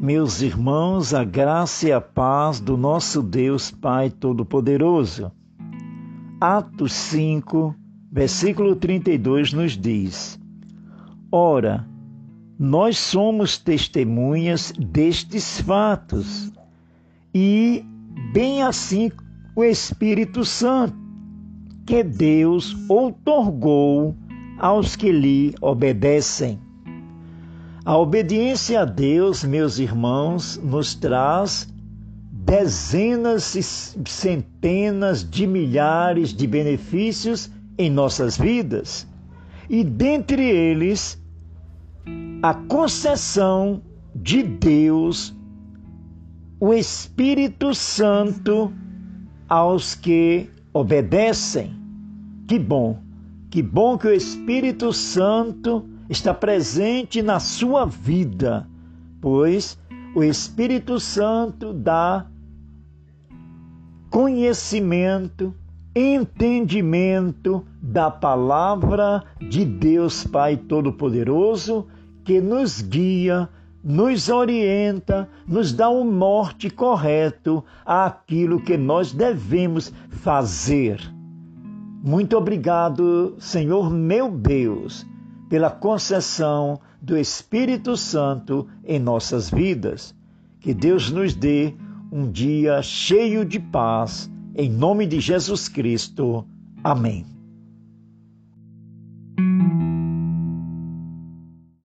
Meus irmãos, a graça e a paz do nosso Deus Pai Todo-Poderoso. Atos 5, versículo 32 nos diz: Ora, nós somos testemunhas destes fatos, e bem assim o Espírito Santo, que Deus outorgou aos que lhe obedecem. A obediência a Deus, meus irmãos, nos traz dezenas e centenas de milhares de benefícios em nossas vidas. E dentre eles, a concessão de Deus, o Espírito Santo, aos que obedecem. Que bom que o Espírito Santo está presente na sua vida, pois o Espírito Santo dá conhecimento, entendimento da palavra de Deus Pai Todo-Poderoso, que nos guia, nos orienta, nos dá um norte correto àquilo que nós devemos fazer. Muito obrigado, Senhor meu Deus, pela concessão do Espírito Santo em nossas vidas. Que Deus nos dê um dia cheio de paz, em nome de Jesus Cristo. Amém.